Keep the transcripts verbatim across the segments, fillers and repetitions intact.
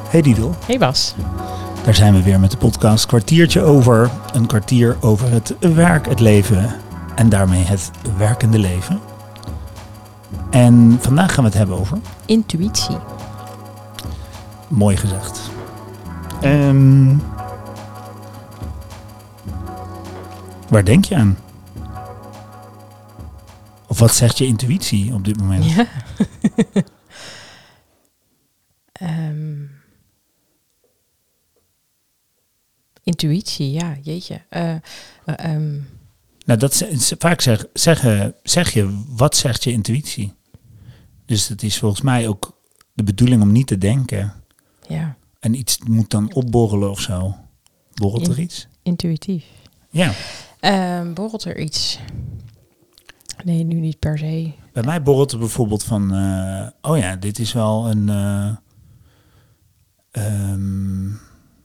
Hey Didel. Hey Bas. Daar zijn we weer met de podcast Kwartiertje over. Een kwartier over het werk, het leven en daarmee het werkende leven. En vandaag gaan we het hebben over... Intuïtie. Mooi gezegd. Um, waar denk je aan? Of wat zegt je intuïtie op dit moment? Ja. um, intuïtie, ja, jeetje. Uh, uh, um. Nou, dat is, vaak zeg, zeggen, zeg je, wat zegt je intuïtie? Dus het is volgens mij ook de bedoeling om niet te denken. Ja. En iets moet dan opborrelen of zo. Borrelt In, er iets? Intuïtief. Ja. Uh, borrelt er iets? Nee, nu niet per se. Bij mij borrelt er bijvoorbeeld van... Uh, oh ja, dit is wel een... Uh, um,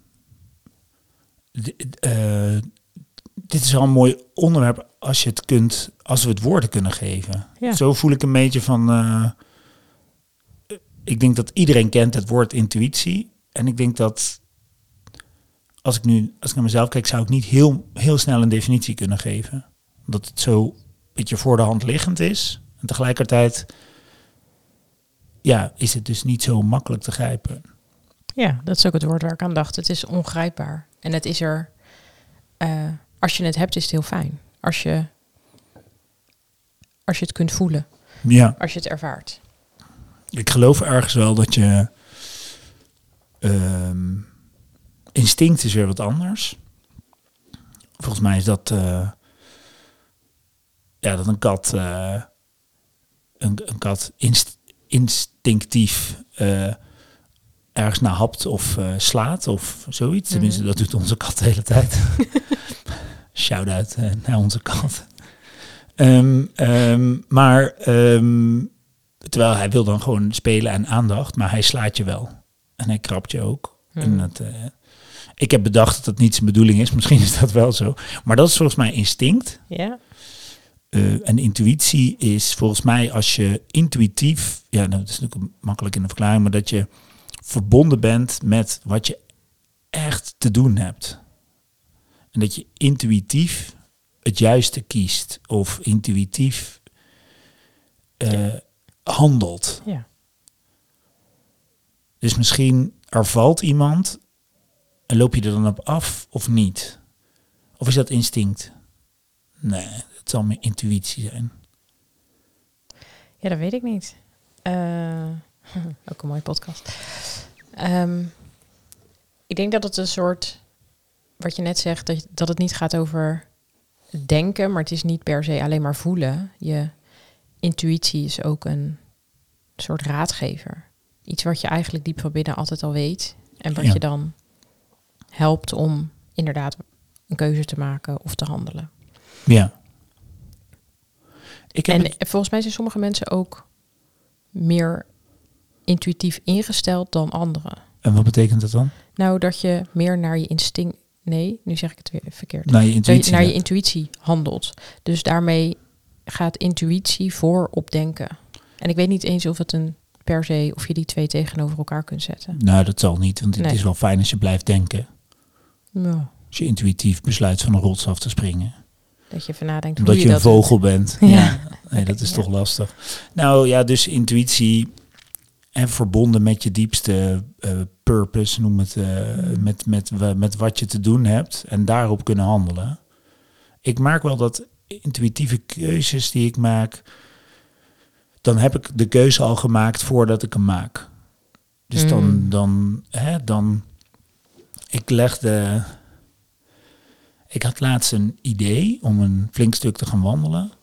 d- uh, dit is wel een mooi onderwerp als je het kunt... Als we het woorden kunnen geven. Ja. Zo voel ik een beetje van... Uh, ik denk dat iedereen kent het woord intuïtie. En ik denk dat... Als ik nu als ik naar mezelf kijk... zou ik niet heel, heel snel een definitie kunnen geven. Omdat het zo... een beetje voor de hand liggend is. En tegelijkertijd ja, is het dus niet zo makkelijk te grijpen. Ja, dat is ook het woord waar ik aan dacht. Het is ongrijpbaar. En het is er... Uh, als je het hebt, is het heel fijn. Als je, als je het kunt voelen. Ja. Als je het ervaart. Ik geloof ergens wel dat je... Um, instinct is weer wat anders. Volgens mij is dat... Uh, Ja, dat een kat, uh, een, een kat inst, instinctief uh, ergens naar hapt of uh, slaat of zoiets. Mm-hmm. Tenminste, dat doet onze kat de hele tijd. Shout-out uh, naar onze kat. Um, um, maar um, terwijl hij wil dan gewoon spelen en aandacht, maar hij slaat je wel. En hij krabt je ook. Mm. En dat, uh, ik heb bedacht dat dat niet zijn bedoeling is. Misschien is dat wel zo. Maar dat is volgens mij instinct. Ja. Yeah. Uh, en intuïtie is volgens mij als je intuïtief, ja, nou, dat is natuurlijk makkelijk in de verklaring, maar dat je verbonden bent met wat je echt te doen hebt. En dat je intuïtief het juiste kiest of intuïtief uh, ja. handelt. Ja. Dus misschien er valt iemand en loop je er dan op af of niet? Of is dat instinct? Nee. Het zal meer intuïtie zijn. Ja, dat weet ik niet. Uh, ook een mooie podcast. Um, ik denk dat het een soort... Wat je net zegt, dat, dat het niet gaat over denken... maar het is niet per se alleen maar voelen. Je intuïtie is ook een soort raadgever. Iets wat je eigenlijk diep van binnen altijd al weet. En wat ja. je dan helpt om inderdaad een keuze te maken of te handelen. Ja. Ik heb en het... volgens mij zijn sommige mensen ook meer intuïtief ingesteld dan anderen. En wat betekent dat dan? Nou, dat je meer naar je instinct... Nee, nu zeg ik het weer verkeerd. Naar je intuïtie, naar je intuïtie handelt. Dus daarmee gaat intuïtie voor op denken. En ik weet niet eens of het een per se... of je die twee tegenover elkaar kunt zetten. Nou, dat zal niet, want het nee. is wel fijn als je blijft denken. Ja. Als je intuïtief besluit van een rots af te springen. Dat je even nadenkt Omdat hoe je, je een vogel doet. bent. Ja. ja. Nee, dat is ja. toch lastig. Nou ja, dus intuïtie en verbonden met je diepste uh, purpose, noem het, uh, mm. met, met, met, met wat je te doen hebt en daarop kunnen handelen. Ik merk wel dat intuïtieve keuzes die ik maak, dan heb ik de keuze al gemaakt voordat ik hem maak. Dus mm. dan, dan, hè, dan, ik leg de... Ik had laatst een idee om een flink stuk te gaan wandelen.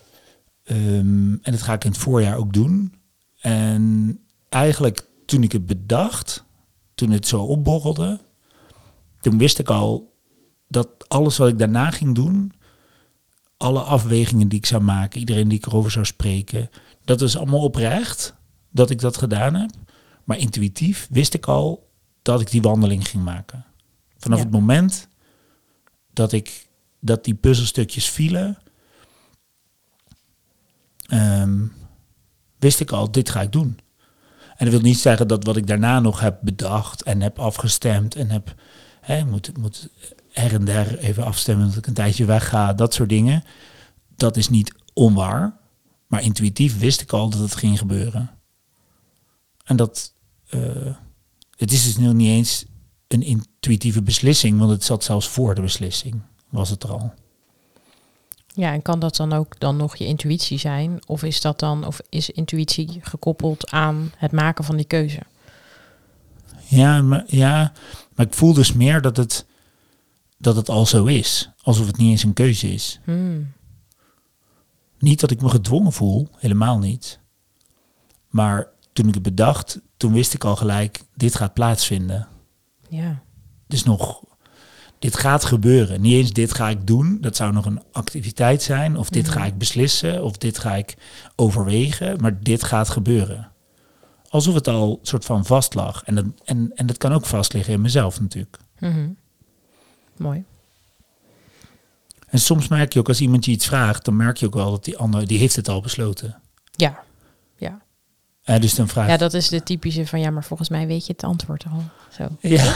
Um, en dat ga ik in het voorjaar ook doen. En eigenlijk toen ik het bedacht, toen het zo opborrelde, toen wist ik al dat alles wat ik daarna ging doen, alle afwegingen die ik zou maken, iedereen die ik erover zou spreken, dat is allemaal oprecht dat ik dat gedaan heb. Maar intuïtief wist ik al dat ik die wandeling ging maken. Vanaf ja. het moment dat ik dat die puzzelstukjes vielen, um, wist ik al, dit ga ik doen. En dat wil niet zeggen dat wat ik daarna nog heb bedacht en heb afgestemd en heb, hè, moet, moet her en der even afstemmen dat ik een tijdje wegga, dat soort dingen. Dat is niet onwaar, maar intuïtief wist ik al dat het ging gebeuren. En dat, uh, het is dus nog niet eens een intuïtieve beslissing, want het zat zelfs voor de beslissing, was het er al. Ja, en kan dat dan ook dan nog je intuïtie zijn? Of is dat dan, of is intuïtie gekoppeld aan het maken van die keuze? Ja, maar, ja, maar ik voel dus meer dat het, dat het al zo is. Alsof het niet eens een keuze is. Hmm. Niet dat ik me gedwongen voel, helemaal niet. Maar toen ik het bedacht, toen wist ik al gelijk, dit gaat plaatsvinden. Ja. Dus nog, dit gaat gebeuren. Niet eens dit ga ik doen, dat zou nog een activiteit zijn. Of dit mm. ga ik beslissen, of dit ga ik overwegen. Maar dit gaat gebeuren. Alsof het al soort van vast lag. En dat, en, en dat kan ook vast liggen in mezelf natuurlijk. Mm-hmm. Mooi. En soms merk je ook, als iemand je iets vraagt, dan merk je ook wel dat die ander, die heeft het al besloten. Ja, ja. Uh, dus dan vraag ja, dat is de typische van, ja, maar volgens mij weet je het antwoord al. Zo. Ja.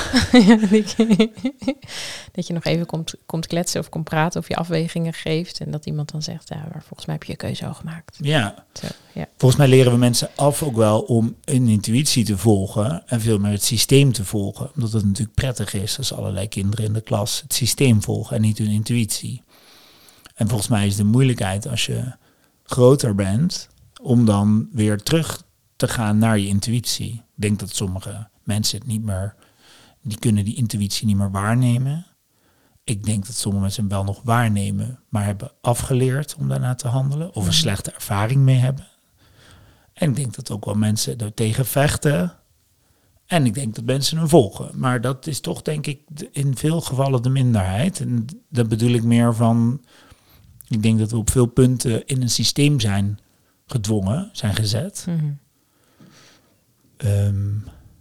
Dat je nog even komt, komt kletsen of komt praten of je afwegingen geeft. En dat iemand dan zegt, ja, maar volgens mij heb je je keuze al gemaakt. Ja. Zo, ja. Volgens mij leren we mensen af ook wel om een intuïtie te volgen en veel meer het systeem te volgen. Omdat het natuurlijk prettig is als allerlei kinderen in de klas het systeem volgen en niet hun intuïtie. En volgens mij is de moeilijkheid als je groter bent om dan weer terug te gaan naar je intuïtie. Ik denk dat sommige mensen het niet meer, die kunnen die intuïtie niet meer waarnemen. Ik denk dat sommige mensen hem wel nog waarnemen, maar hebben afgeleerd om daarna te handelen. Of een slechte ervaring mee hebben. En ik denk dat ook wel mensen er tegen vechten. En ik denk dat mensen hem volgen. Maar dat is toch, denk ik, in veel gevallen de minderheid. En dat bedoel ik meer van, ik denk dat we op veel punten in een systeem zijn gedwongen, zijn gezet. Mm-hmm. Um,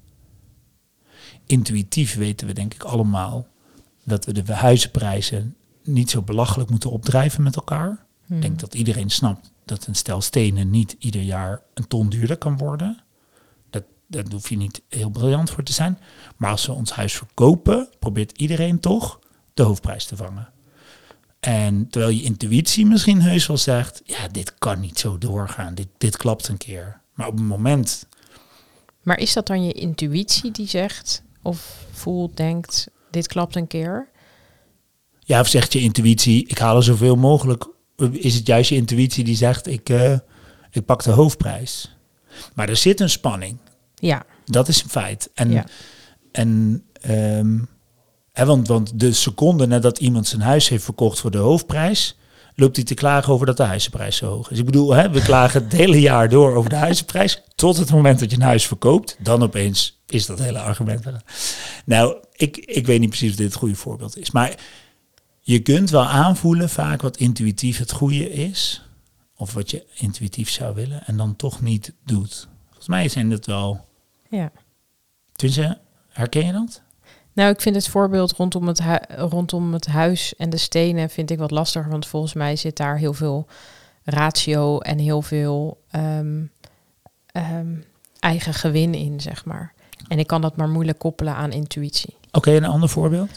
intuïtief weten we denk ik allemaal dat we de huizenprijzen niet zo belachelijk moeten opdrijven met elkaar. Hmm. Ik denk dat iedereen snapt dat een stel stenen niet ieder jaar een ton duurder kan worden. Dat, daar hoef je niet heel briljant voor te zijn. Maar als we ons huis verkopen, probeert iedereen toch de hoofdprijs te vangen. En terwijl je intuïtie misschien heus wel zegt, ja, dit kan niet zo doorgaan. Dit, dit klapt een keer. Maar op het moment... Maar is dat dan je intuïtie die zegt of voelt, denkt, dit klapt een keer? Ja, of zegt je intuïtie, ik haal er zoveel mogelijk. Is het juist je intuïtie die zegt, ik, uh, ik pak de hoofdprijs. Maar er zit een spanning. Ja. Dat is een feit. En, ja. en um, hè, want, want de seconde nadat iemand zijn huis heeft verkocht voor de hoofdprijs, loopt hij te klagen over dat de huizenprijs zo hoog is. Ik bedoel, hè, we klagen het hele jaar door over de huizenprijs, tot het moment dat je een huis verkoopt, dan opeens is dat hele argument. Nou, ik, ik weet niet precies of dit het goede voorbeeld is, maar je kunt wel aanvoelen vaak wat intuïtief het goede is, of wat je intuïtief zou willen, en dan toch niet doet. Volgens mij zijn dat wel... Ja. Tenminste, herken je dat? Nou, ik vind het voorbeeld rondom het, hu- rondom het huis en de stenen vind ik wat lastiger. Want volgens mij zit daar heel veel ratio en heel veel um, um, eigen gewin in, zeg maar. En ik kan dat maar moeilijk koppelen aan intuïtie. Oké, okay, een ander voorbeeld?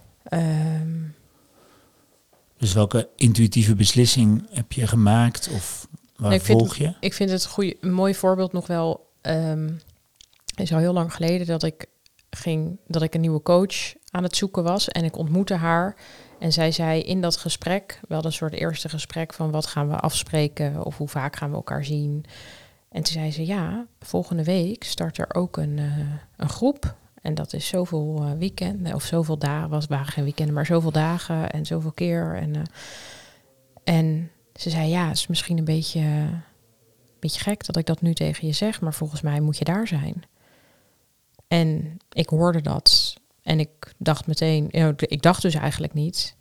Um, dus welke intuïtieve beslissing heb je gemaakt of waar nee, volg vind, je? Ik vind het goeie, een mooi voorbeeld nog wel... Um, is al heel lang geleden dat ik... ging dat ik een nieuwe coach aan het zoeken was en ik ontmoette haar en zij zei in dat gesprek, we hadden een soort eerste gesprek van wat gaan we afspreken of hoe vaak gaan we elkaar zien. En toen zei ze, ja, volgende week start er ook een, uh, een groep en dat is zoveel uh, weekenden of zoveel dagen, was waren geen weekenden, maar zoveel dagen en zoveel keer. En, uh, en ze zei, ja, het is misschien een beetje, uh, beetje gek dat ik dat nu tegen je zeg, maar volgens mij moet je daar zijn. En ik hoorde dat en ik dacht meteen, ik dacht dus eigenlijk niet.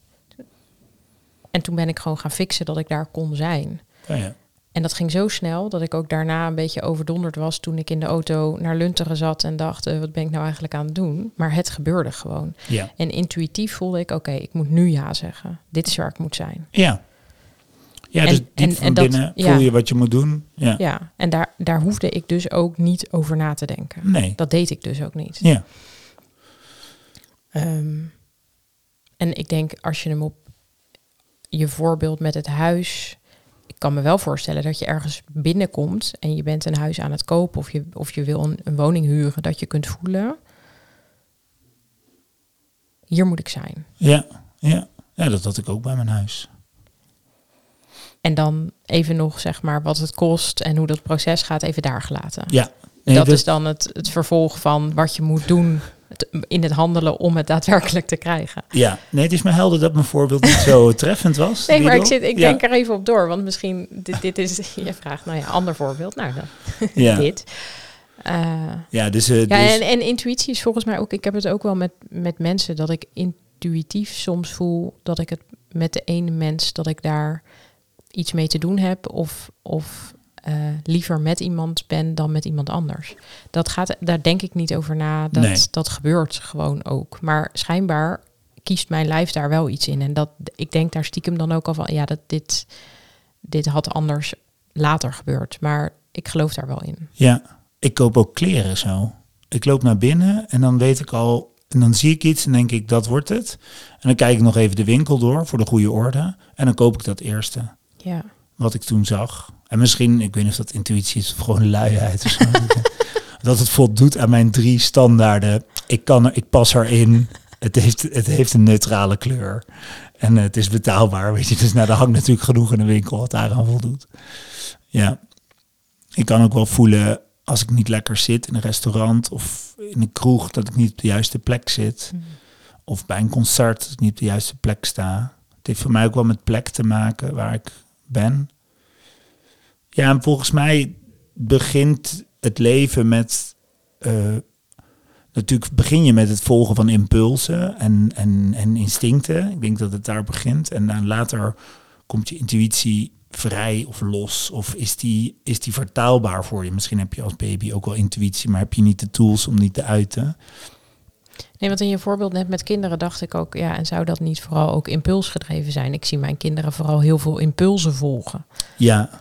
En toen ben ik gewoon gaan fixen dat ik daar kon zijn. Oh ja. En dat ging zo snel dat ik ook daarna een beetje overdonderd was toen ik in de auto naar Lunteren zat en dacht, uh, wat ben ik nou eigenlijk aan het doen? Maar het gebeurde gewoon. Ja. En intuïtief voelde ik, oké, okay, ik moet nu ja zeggen. Dit is waar ik moet zijn. Ja. Ja, dus en, diep en, van en dat, binnen ja, voel je wat je moet doen. Ja, ja, en daar, daar hoefde ik dus ook niet over na te denken. nee. Dat deed ik dus ook niet. Ja. Um, en ik denk, als je hem op je voorbeeld met het huis... Ik kan me wel voorstellen dat je ergens binnenkomt... en je bent een huis aan het kopen... of je, of je wil een, een woning huren... dat je kunt voelen... hier moet ik zijn. Ja, ja. Ja, dat had ik ook bij mijn huis. En dan even nog, zeg maar, wat het kost... en hoe dat proces gaat, even daar gelaten. Ja. Nee, dat, dat is dan het, het vervolg van wat je moet doen... in het handelen om het daadwerkelijk te krijgen. Ja, nee, het is me helder dat mijn voorbeeld niet zo treffend was. Nee, maar ik, Lidl. zit, ik ja. denk er even op door. Want misschien, dit, dit is... Je vraagt, nou ja, ander voorbeeld. Nou, dan Ja. dit. Uh, ja, dus... Uh, ja, dus... En, en intuïtie is volgens mij ook... Ik heb het ook wel met, met mensen... dat ik intuïtief soms voel... dat ik het met de ene mens... dat ik daar iets mee te doen heb... of... of Uh, liever met iemand ben dan met iemand anders. Dat gaat, daar denk ik niet over na. Dat, nee. dat gebeurt gewoon ook. Maar schijnbaar kiest mijn lijf daar wel iets in. En dat, ik denk daar stiekem dan ook al van... ja, dat dit, dit had anders later gebeurd. Maar ik geloof daar wel in. Ja, ik koop ook kleren zo. Ik loop naar binnen en dan weet ik al... en dan zie ik iets en denk ik, dat wordt het. En dan kijk ik nog even de winkel door voor de goede orde. En dan koop ik dat eerste. Ja. Wat ik toen zag. En misschien, ik weet niet of dat intuïtie is of gewoon luiheid of zo. Dat het voldoet aan mijn drie standaarden. Ik kan er, ik pas erin. Het heeft, het heeft een neutrale kleur. En uh, het is betaalbaar, weet je. Dus nou, er hangt natuurlijk genoeg in de winkel wat daaraan voldoet. Ja. Ik kan ook wel voelen als ik niet lekker zit in een restaurant of in een kroeg, dat ik niet op de juiste plek zit. Mm. Of bij een concert dat ik niet op de juiste plek sta. Het heeft voor mij ook wel met plek te maken waar ik ben. Ja, en volgens mij begint het leven met... Uh, natuurlijk begin je met het volgen van impulsen en, en, en instincten. Ik denk dat het daar begint. En dan later komt je intuïtie vrij of los. Of is die, is die vertaalbaar voor je? Misschien heb je als baby ook wel intuïtie, maar heb je niet de tools om die te uiten. Nee, want in je voorbeeld net met kinderen dacht ik ook... ja, en zou dat niet vooral ook impulsgedreven zijn? Ik zie mijn kinderen vooral heel veel impulsen volgen. Ja.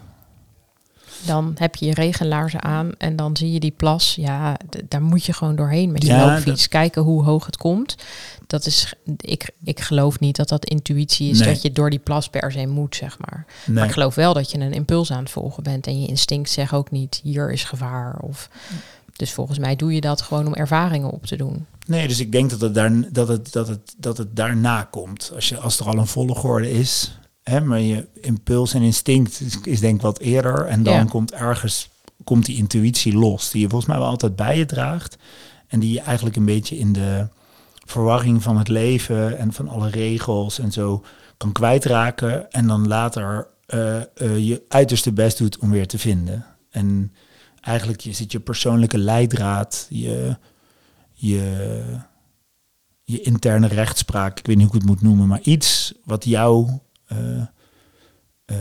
Dan heb je je regenlaarzen aan en dan zie je die plas. Ja, d- daar moet je gewoon doorheen met je ja, loopfiets. Dat... Kijken hoe hoog het komt. Dat is, ik, ik geloof niet dat dat intuïtie is, nee. Dat je door die plas per se moet, zeg maar. Nee. Maar ik geloof wel dat je een impuls aan het volgen bent. En je instinct zegt ook niet, hier is gevaar. Of, dus volgens mij doe je dat gewoon om ervaringen op te doen. Nee, dus ik denk dat het, daar, dat het, dat het, dat het daarna komt. Als, je, als er al een volgorde is... Hè, maar je impuls en instinct is, is denk ik wat eerder. En dan ja. komt ergens komt die intuïtie los. Die je volgens mij wel altijd bij je draagt. En die je eigenlijk een beetje in de verwarring van het leven... en van alle regels en zo kan kwijtraken. En dan later uh, uh, je uiterste best doet om weer te vinden. En eigenlijk je zit je persoonlijke leidraad... je, je, je interne rechtspraak... ik weet niet hoe ik het moet noemen... maar iets wat jou... Uh, uh,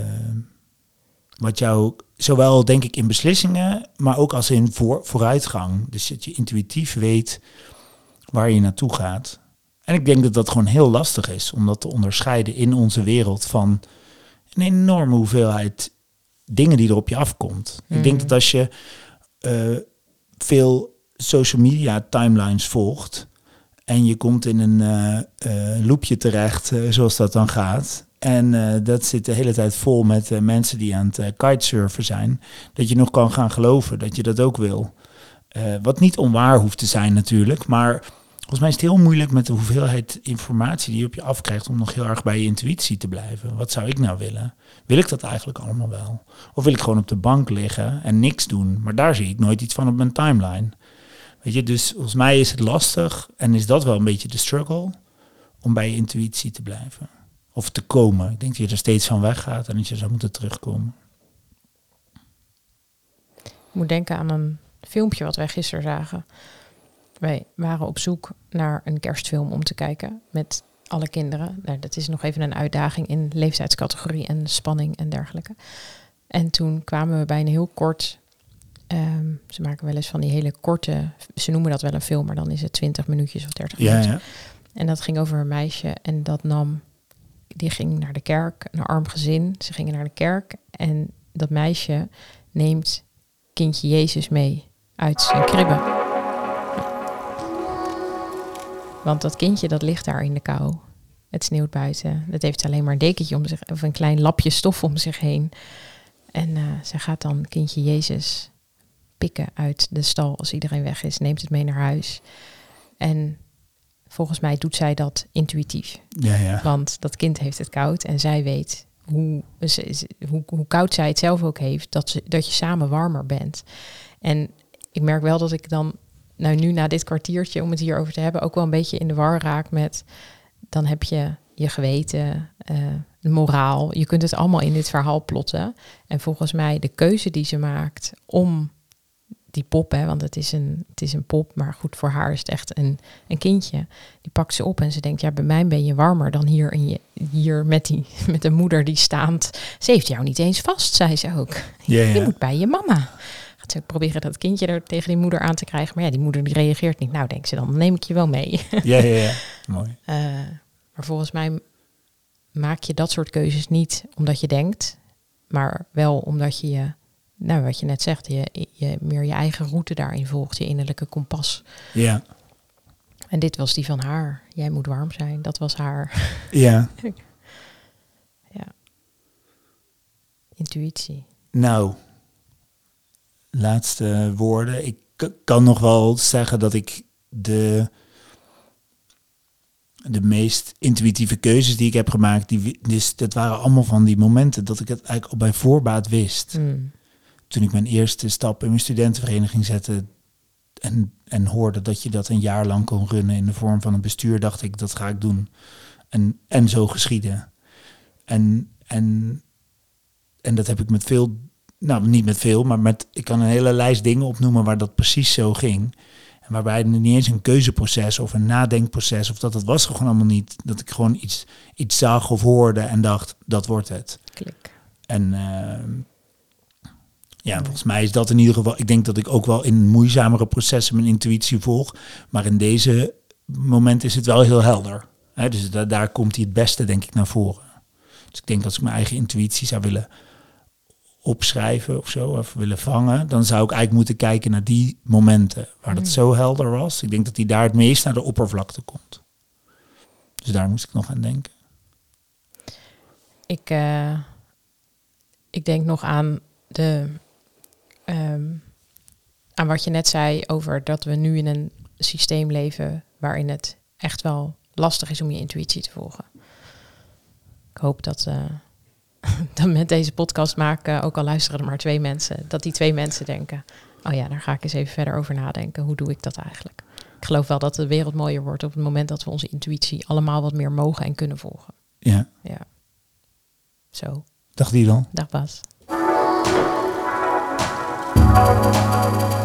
wat jou zowel denk ik in beslissingen, maar ook als in voor, vooruitgang. Dus dat je intuïtief weet waar je naartoe gaat. En ik denk dat dat gewoon heel lastig is om dat te onderscheiden in onze wereld van een enorme hoeveelheid dingen die er op je afkomt. Mm. Ik denk dat als je uh, veel social media timelines volgt en je komt in een uh, uh, loopje terecht, uh, zoals dat dan gaat... En uh, dat zit de hele tijd vol met uh, mensen die aan het uh, kitesurfen zijn. Dat je nog kan gaan geloven dat je dat ook wil. Uh, wat niet onwaar hoeft te zijn natuurlijk. Maar volgens mij is het heel moeilijk met de hoeveelheid informatie die je op je afkrijgt... om nog heel erg bij je intuïtie te blijven. Wat zou ik nou willen? Wil ik dat eigenlijk allemaal wel? Of wil ik gewoon op de bank liggen en niks doen? Maar daar zie ik nooit iets van op mijn timeline. Weet je, dus volgens mij is het lastig en is dat wel een beetje de struggle... om bij je intuïtie te blijven. Of te komen. Ik denk dat je er steeds van weggaat en dat je zou moeten terugkomen. Ik moet denken aan een filmpje wat wij gisteren zagen. Wij waren op zoek naar een kerstfilm om te kijken met alle kinderen. Nou, dat is nog even een uitdaging in leeftijdscategorie en spanning en dergelijke. En toen kwamen we bij een heel kort... Um, ze maken wel eens van die hele korte... Ze noemen dat wel een film, maar dan is het twintig minuutjes of dertig ja, minuten. Ja. En dat ging over een meisje en dat nam... die ging naar de kerk, een arm gezin. Ze gingen naar de kerk en dat meisje neemt kindje Jezus mee uit zijn kribbe. Want dat kindje dat ligt daar in de kou. Het sneeuwt buiten. Dat heeft alleen maar een dekentje om zich, of een klein lapje stof om zich heen. En uh, ze gaat dan kindje Jezus pikken uit de stal als iedereen weg is. Neemt het mee naar huis. En volgens mij doet zij dat intuïtief. Ja, ja. Want dat kind heeft het koud en zij weet hoe, hoe, hoe koud zij het zelf ook heeft, dat, ze, dat je samen warmer bent. En ik merk wel dat ik dan, nou nu na dit kwartiertje om het hierover te hebben, ook wel een beetje in de war raak met, dan heb je je geweten, uh, de moraal. Je kunt het allemaal in dit verhaal plotten. En volgens mij de keuze die ze maakt om die pop, hè, want het is, een, het is een pop, maar goed, voor haar is het echt een, een kindje. Die pakt ze op en ze denkt, ja, bij mij ben je warmer dan hier, in je, hier met, die, met de moeder die staand. Ze heeft jou niet eens vast, zei ze ook. Ja, ja. Je moet bij je mama. Gaat ze proberen dat kindje er tegen die moeder aan te krijgen. Maar ja, die moeder die reageert niet. Nou, denkt ze dan, dan neem ik je wel mee. Ja, ja, ja. Mooi. Uh, maar volgens mij maak je dat soort keuzes niet omdat je denkt, maar wel omdat je je, nou wat je net zegt, je, je meer je eigen route daarin volgt, je innerlijke kompas. Ja. En dit was die van haar. Jij moet warm zijn. Dat was haar. Ja. Ja. Intuïtie. Nou, laatste woorden. Ik k- kan nog wel zeggen dat ik de, de meest intuïtieve keuzes die ik heb gemaakt, die, dus, dat waren allemaal van die momenten dat ik het eigenlijk al bij voorbaat wist. Mm. Toen ik mijn eerste stap in mijn studentenvereniging zette en, en hoorde dat je dat een jaar lang kon runnen in de vorm van een bestuur, dacht ik, dat ga ik doen. En, en zo geschiedde. En, en, en dat heb ik met veel, nou niet met veel, maar met, ik kan een hele lijst dingen opnoemen waar dat precies zo ging. En waarbij het niet eens een keuzeproces of een nadenkproces, of dat het was gewoon allemaal niet, dat ik gewoon iets, iets zag of hoorde en dacht, dat wordt het. Klik. En uh, ja, volgens mij is dat in ieder geval, ik denk dat ik ook wel in moeizamere processen mijn intuïtie volg, maar in deze moment is het wel heel helder. Hè? Dus da- daar komt hij het beste, denk ik, naar voren. Dus ik denk als ik mijn eigen intuïtie zou willen opschrijven of zo, of willen vangen, dan zou ik eigenlijk moeten kijken naar die momenten waar dat zo helder was. Ik denk dat die daar het meest naar de oppervlakte komt. Dus daar moest ik nog aan denken. Ik, uh, ik denk nog aan de um, aan wat je net zei over dat we nu in een systeem leven waarin het echt wel lastig is om je intuïtie te volgen. Ik hoop dat, uh, dat met deze podcast maken, ook al luisteren er maar twee mensen, dat die twee mensen denken, oh ja, daar ga ik eens even verder over nadenken. Hoe doe ik dat eigenlijk? Ik geloof wel dat de wereld mooier wordt op het moment dat we onze intuïtie allemaal wat meer mogen en kunnen volgen. Ja. Ja. Zo. Dag Dylan. Dag Bas.